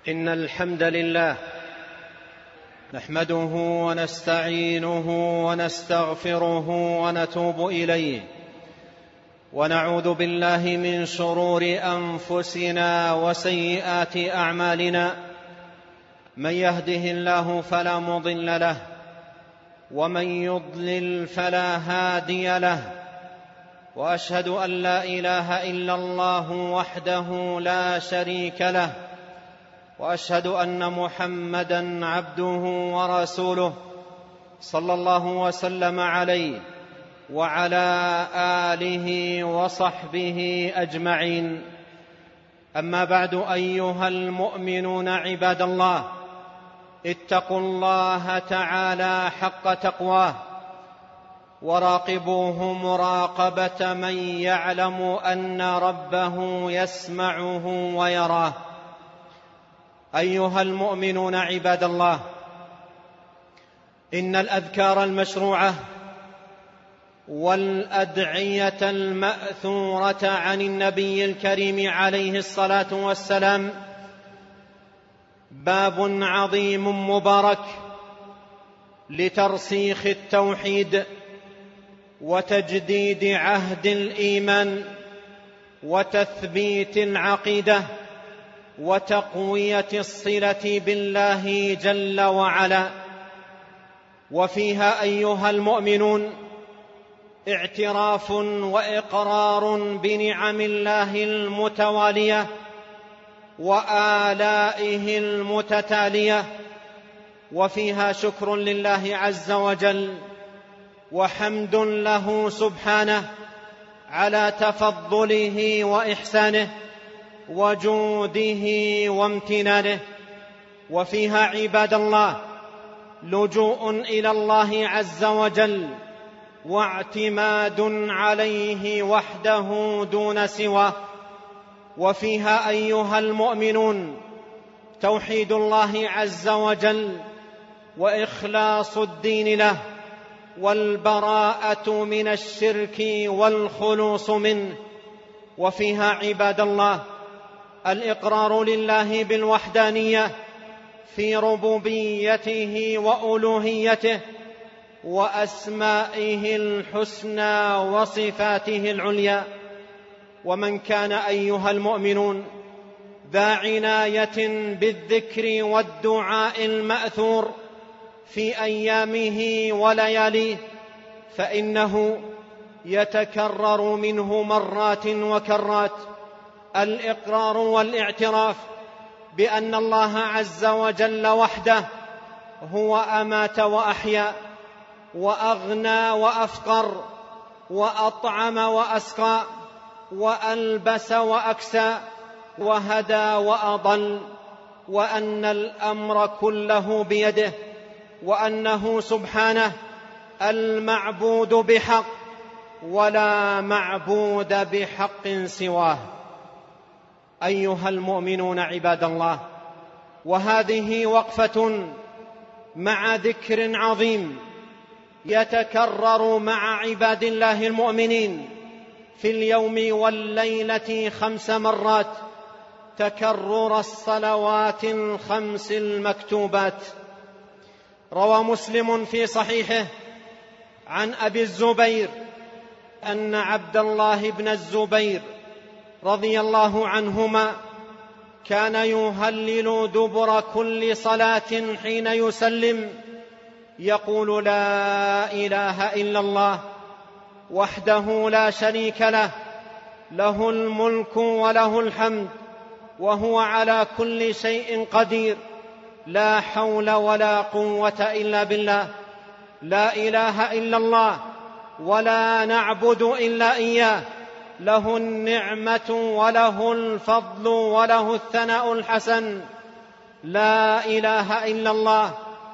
إن الحمد لله نحمده ونستعينه ونستغفره ونتوب إليه، ونعوذ بالله من شرور أنفسنا وسيئات أعمالنا. من يهده الله فلا مضل له، ومن يضلل فلا هادي له، وأشهد أن لا إله إلا الله وحده لا شريك له، وأشهد أن محمدًا عبده ورسوله صلى الله وسلم عليه وعلى آله وصحبه أجمعين. أما بعد، أيها المؤمنون عباد الله، اتقوا الله تعالى حق تقواه، وراقبوه مراقبة من يعلم أن ربه يسمعه ويراه. أيها المؤمنون عباد الله، إن الأذكار المشروعة والأدعية المأثورة عن النبي الكريم عليه الصلاة والسلام باب عظيم مبارك لترسيخ التوحيد وتجديد عهد الإيمان وتثبيت العقيدة وتقوية الصلة بالله جل وعلا. وفيها أيها المؤمنون اعتراف وإقرار بنعم الله المتوالية وآلائه المتتالية، وفيها شكر لله عز وجل وحمد له سبحانه على تفضله وإحسانه وجوده وامتنانه. وفيها عباد الله لجوء إلى الله عز وجل واعتماد عليه وحده دون سواه. وفيها أيها المؤمنون توحيد الله عز وجل وإخلاص الدين له والبراءة من الشرك والخلوص منه. وفيها عباد الله الإقرار لله بالوحدانية في ربوبيته وألوهيته وأسمائه الحسنى وصفاته العليا. ومن كان أيها المؤمنون ذا عناية بالذكر والدعاء المأثور في أيامه ولياليه فإنه يتكرر منه مرات وكرات الإقرار والاعتراف بأن الله عز وجل وحده هو أمات وأحيا وأغنى وأفقر وأطعم وأسقى وألبس وأكسى وهدى وأضل، وأن الأمر كله بيده، وأنه سبحانه المعبود بحق ولا معبود بحق سواه. أيها المؤمنون عباد الله، وهذه وقفة مع ذكر عظيم يتكرر مع عباد الله المؤمنين في اليوم والليلة 5 مرات تكرر الصلوات ال5 المكتوبات. روى مسلم في صحيحه عن أبي الزبير أن عبد الله بن الزبير رضي الله عنهما كان يهلل دبر كل صلاة حين يسلم يقول: لا إله إلا الله وحده لا شريك له، له الملك وله الحمد وهو على كل شيء قدير، لا حول ولا قوة إلا بالله، لا إله إلا الله ولا نعبد إلا إياه، له النعمة وله الفضل وله الثناء الحسن، لا إله إلا الله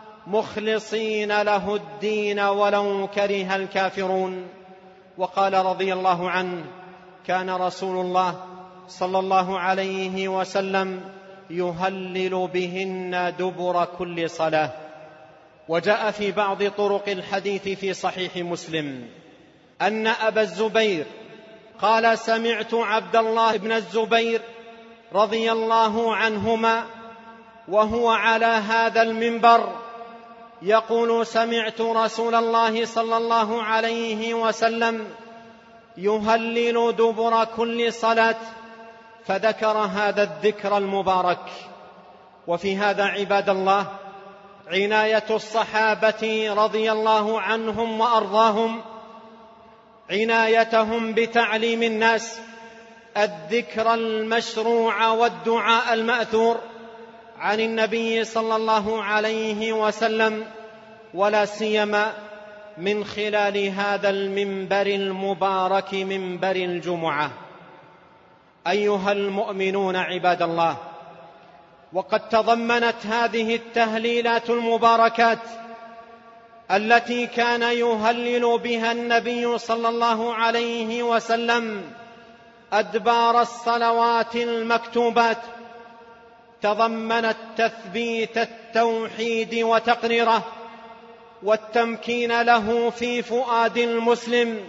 مخلصين له الدين ولو كره الكافرون. وقال رضي الله عنه: كان رسول الله صلى الله عليه وسلم يهلل بهن دبر كل صلاة. وجاء في بعض طرق الحديث في صحيح مسلم أن أبا الزبير قال: سمعت عبد الله بن الزبير رضي الله عنهما وهو على هذا المنبر يقول: سمعت رسول الله صلى الله عليه وسلم يهلل دبر كل صلاة، فذكر هذا الذكر المبارك. وفي هذا عباد الله عناية الصحابة رضي الله عنهم وأرضاهم، عنايتهم بتعليم الناس الذكر المشروع والدعاء المأثور عن النبي صلى الله عليه وسلم، ولا سيما من خلال هذا المنبر المبارك، منبر الجمعة. أيها المؤمنون عباد الله، وقد تضمنت هذه التهليلات المباركات التي كان يهلل بها النبي صلى الله عليه وسلم أدبار الصلوات المكتوبات، تضمنت تثبيت التوحيد وتقريره، والتمكين له في فؤاد المسلم،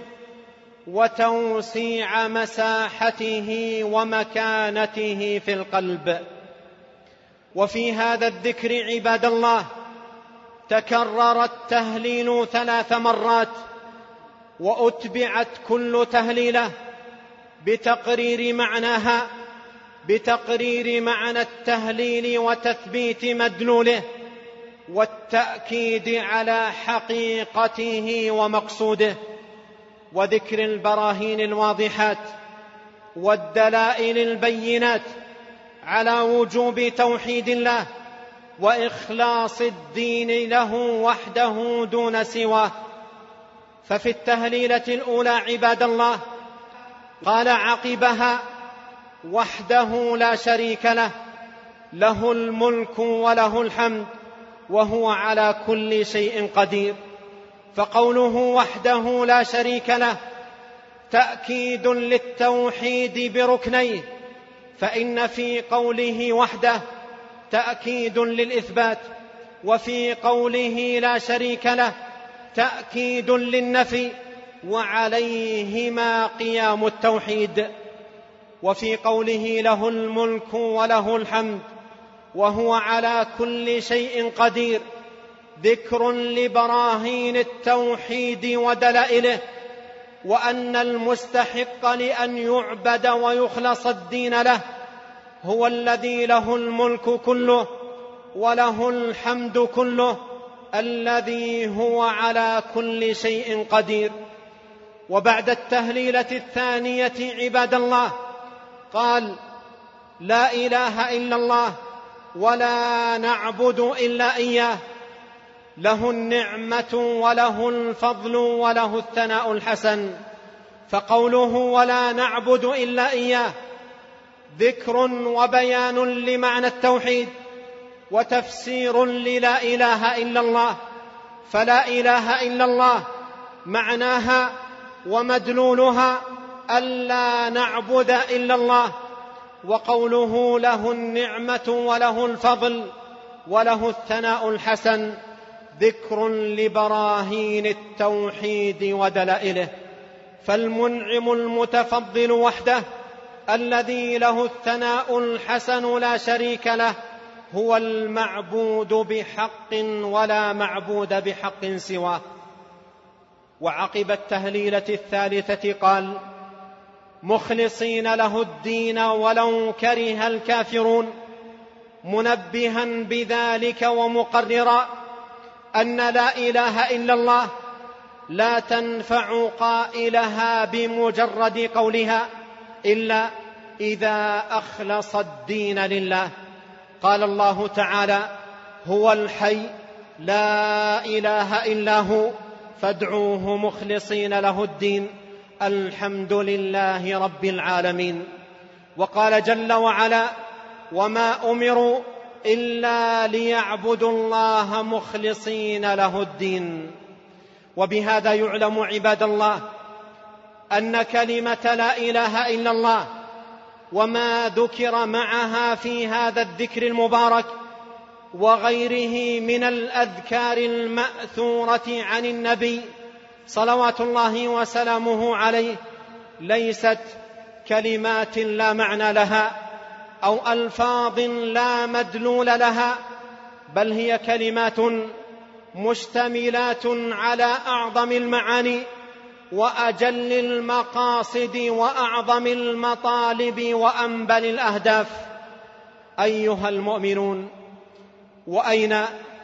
وتوسيع مساحته ومكانته في القلب. وفي هذا الذكر عباد الله تكرر التهليل 3 مرات، وأتبعت كل تهليلة بتقرير معناها، بتقرير معنى التهليل وتثبيت مدلوله، والتأكيد على حقيقته ومقصوده، وذكر البراهين الواضحات والدلائل البينات على وجوب توحيد الله وإخلاص الدين له وحده دون سواه. ففي التهليلة الأولى عباد الله قال عقبها: وحده لا شريك له، له الملك وله الحمد وهو على كل شيء قدير. فقوله وحده لا شريك له تأكيد للتوحيد بركنيه، فإن في قوله وحده تأكيد للإثبات، وفي قوله لا شريك له تأكيد للنفي، وعليهما قيام التوحيد. وفي قوله له الملك وله الحمد وهو على كل شيء قدير ذكر لبراهين التوحيد ودلائله، وأن المستحق لأن يعبد ويخلص الدين له هو الذي له الملك كله وله الحمد كله، الذي هو على كل شيء قدير. وبعد التهليلة الثانية عباد الله قال: لا إله إلا الله ولا نعبد إلا إياه، له النعمة وله الفضل وله الثناء الحسن. فقوله ولا نعبد إلا إياه ذكر وبيان لمعنى التوحيد، وتفسير للا إله إلا الله. فلا إله إلا الله معناها ومدلولها ألا نعبد إلا الله. وقوله له النعمة وله الفضل وله الثناء الحسن ذكر لبراهين التوحيد ودلائله. فالمنعم المتفضل وحده الذي له الثناء الحسن لا شريك له هو المعبود بحق ولا معبود بحق سواه. وعقب التهليلة الثالثة قال: مخلصين له الدين ولو كره الكافرون، منبها بذلك ومقررا أن لا إله إلا الله لا تنفع قائلها بمجرد قولها إلا إذا أخلص الدين لله. قال الله تعالى: هو الحي لا إله إلا هو فادعوه مخلصين له الدين الحمد لله رب العالمين. وقال جل وعلا: وما أمروا إلا ليعبدوا الله مخلصين له الدين. وبهذا يعلم عباد الله أن كلمة لا إله إلا الله وما ذكر معها في هذا الذكر المبارك وغيره من الأذكار المأثورة عن النبي صلوات الله وسلامه عليه ليست كلمات لا معنى لها، أو ألفاظ لا مدلول لها، بل هي كلمات مشتملات على أعظم المعاني وأجل المقاصد وأعظم المطالب وأنبل الأهداف. أيها المؤمنون، وأين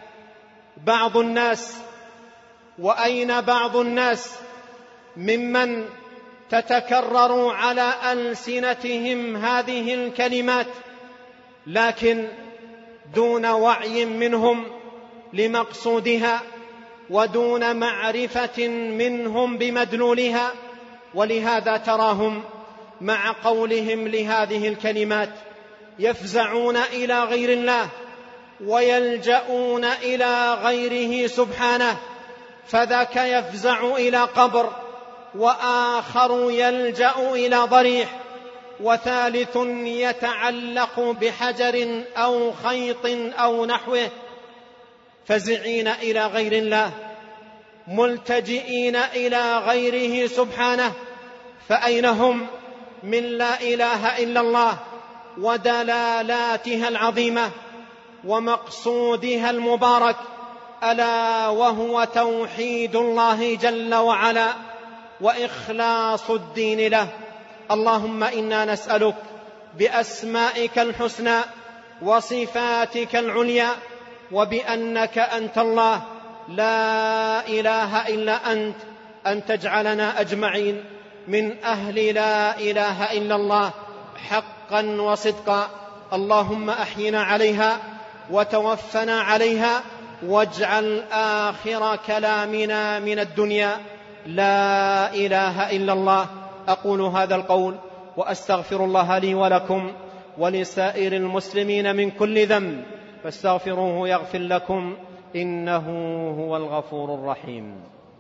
بعض الناس ممن تتكرر على ألسنتهم هذه الكلمات لكن دون وعي منهم لمقصودها ودون معرفة منهم بمدلولها، ولهذا تراهم مع قولهم لهذه الكلمات يفزعون إلى غير الله ويلجؤون إلى غيره سبحانه، فذاك يفزع إلى قبر، وآخر يلجأ إلى ضريح، وثالث يتعلق بحجر أو خيط أو نحوه، فزعين إلى غير الله ملتجئين إلى غيره سبحانه. فأين هم من لا إله إلا الله ودلالاتها العظيمة ومقصودها المبارك، ألا وهو توحيد الله جل وعلا وإخلاص الدين له. اللهم إنا نسألك بأسمائك الحسنى وصفاتك العليا وبأنك أنت الله لا إله إلا أنت أن تجعلنا أجمعين من أهل لا إله إلا الله حقا وصدقا. اللهم أحينا عليها وتوفنا عليها، واجعل آخر كلامنا من الدنيا لا إله إلا الله. أقول هذا القول وأستغفر الله لي ولكم ولسائر المسلمين من كل ذنب، فاستغفروه يغفر لكم، إنه هو الغفور الرحيم.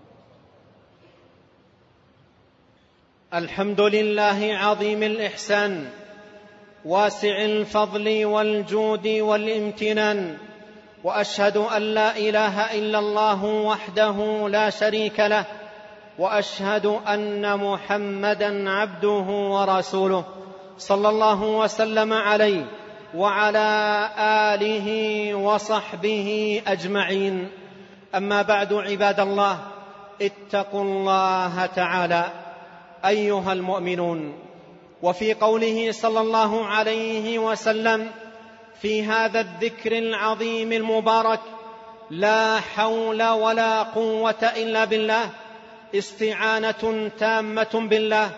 الحمد لله عظيم الإحسان واسع الفضل والجود والامتنان، وأشهد أن لا إله إلا الله وحده لا شريك له، وأشهد أن محمدًا عبده ورسوله صلى الله وسلم عليه وعلى آله وصحبه أجمعين. أما بعد، عباد الله، اتقوا الله تعالى أيها المؤمنون. وفي قوله صلى الله عليه وسلم في هذا الذكر العظيم المبارك: لا حول ولا قوة إلا بالله، استعانة تامة بالله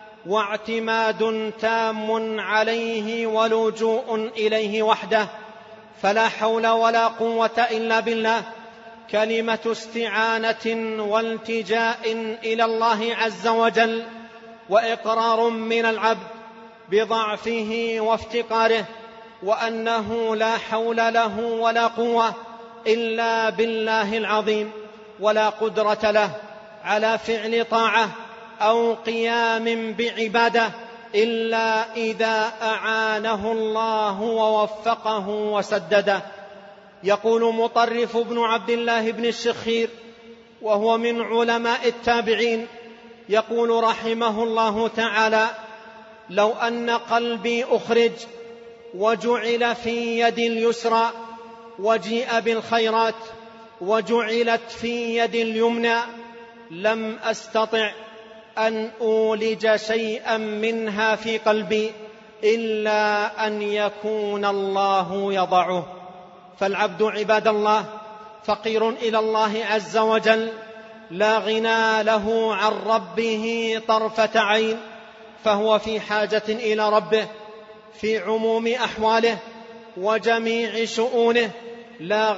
واعتماد تام عليه ولجوء إليه وحده. فلا حول ولا قوة إلا بالله كلمة استعانة والتجاء إلى الله عز وجل، وإقرار من العبد بضعفه وافتقاره، وأنه لا حول له ولا قوة إلا بالله العظيم، ولا قدرة له على فعل طاعة أو قيام بعبادة إلا إذا أعانه الله ووفقه وسدده. يقول مطرف بن عبد الله بن الشخير، وهو من علماء التابعين، يقول رحمه الله تعالى: لو أن قلبي أخرج وجعل في يد اليسرى وجيء بالخيرات وجعلت في يد اليمنى لم أستطع أن أولج شيئا منها في قلبي إلا أن يكون الله يضعه. فالعبد عباد الله فقير إلى الله عز وجل، لا غنى له عن ربه طرفة عين، فهو في حاجة إلى ربه في عموم أحواله وجميع شؤونه، لا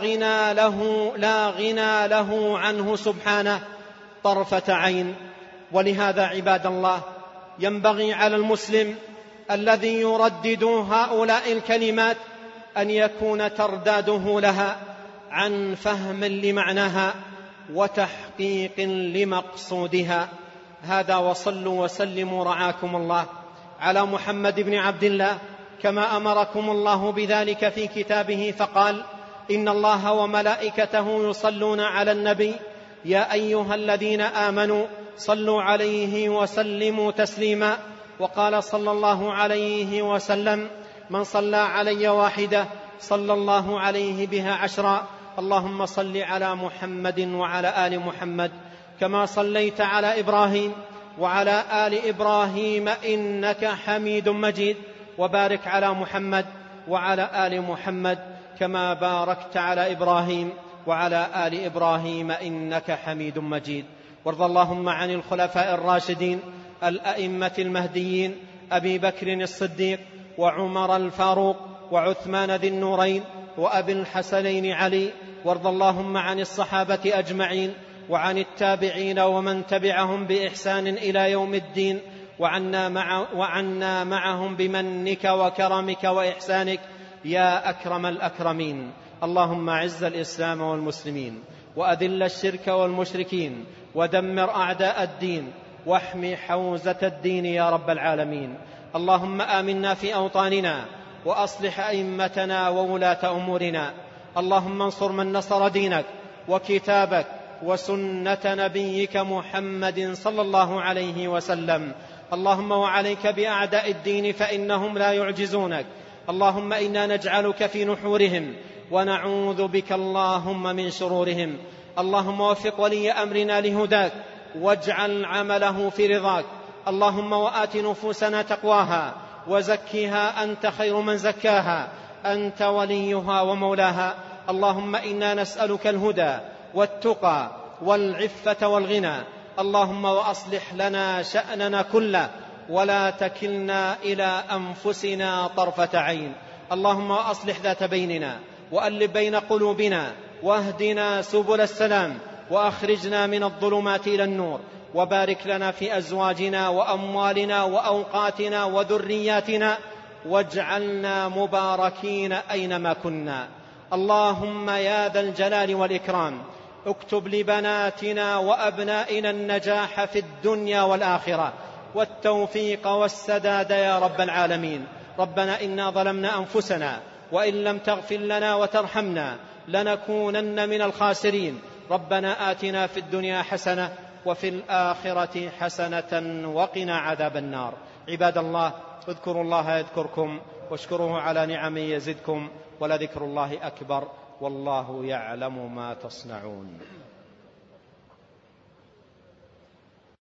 غنى له عنه سبحانه طرفة عين. ولهذا عباد الله ينبغي على المسلم الذي يردد هؤلاء الكلمات أن يكون ترداده لها عن فهم لمعناها وتحقيق لمقصودها. هذا، وصلوا وسلموا رعاكم الله على محمد بن عبد الله كما أمركم الله بذلك في كتابه، فقال: إن الله وملائكته يصلون على النبي يا أيها الذين آمنوا صلوا عليه وسلموا تسليما. وقال صلى الله عليه وسلم: من صلى علي واحدة صلى الله عليه بها 10. اللهم صل على محمد وعلى آل محمد كما صليت على إبراهيم وعلى آل إبراهيم إنك حميد مجيد، وبارك على محمد وعلى آل محمد كما باركت على إبراهيم وعلى آل إبراهيم إنك حميد مجيد. وارض اللهم عن الخلفاء الراشدين الأئمة المهديين أبي بكر الصديق وعمر الفاروق وعثمان ذي النورين وأبي الحسنين علي. وارض اللهم عن الصحابة أجمعين وعن التابعين ومن تبعهم بإحسان إلى يوم الدين، وعنا معهم بمنك وكرمك وإحسانك يا أكرم الأكرمين. اللهم أعز الإسلام والمسلمين وأذل الشرك والمشركين ودمر أعداء الدين واحمِ حوزة الدين يا رب العالمين. اللهم آمنا في أوطاننا وأصلح أئمتنا وولاة أمورنا. اللهم انصر من نصر دينك وكتابك وسنة نبيك محمد صلى الله عليه وسلم. اللهم وعليك بأعداء الدين فإنهم لا يعجزونك. اللهم إنا نجعلك في نحورهم ونعوذ بك اللهم من شرورهم. اللهم وفق ولي أمرنا لهداك واجعل عمله في رضاك. اللهم وآت نفوسنا تقواها وزكها أنت خير من زكاها، أنت وليها ومولاها. اللهم إنا نسألك الهدى والتقى والعفة والغنى. اللهم وأصلح لنا شأننا كله ولا تكلنا إلى أنفسنا طرفة عين. اللهم وأصلح ذات بيننا وألف بين قلوبنا واهدنا سبل السلام وأخرجنا من الظلمات إلى النور، وبارك لنا في أزواجنا وأموالنا وأوقاتنا وذرياتنا واجعلنا مباركين أينما كنا. اللهم يا ذا الجلال والإكرام اكتب لبناتنا وأبنائنا النجاح في الدنيا والآخرة والتوفيق والسداد يا رب العالمين. ربنا إنا ظلمنا أنفسنا وإن لم تغفر لنا وترحمنا لنكونن من الخاسرين. ربنا آتنا في الدنيا حسنة وفي الآخرة حسنة وقنا عذاب النار. عباد الله، اذكروا الله يذكركم واشكروه على نعمه يزدكم، ولذكر الله أكبر والله يعلم ما تصنعون.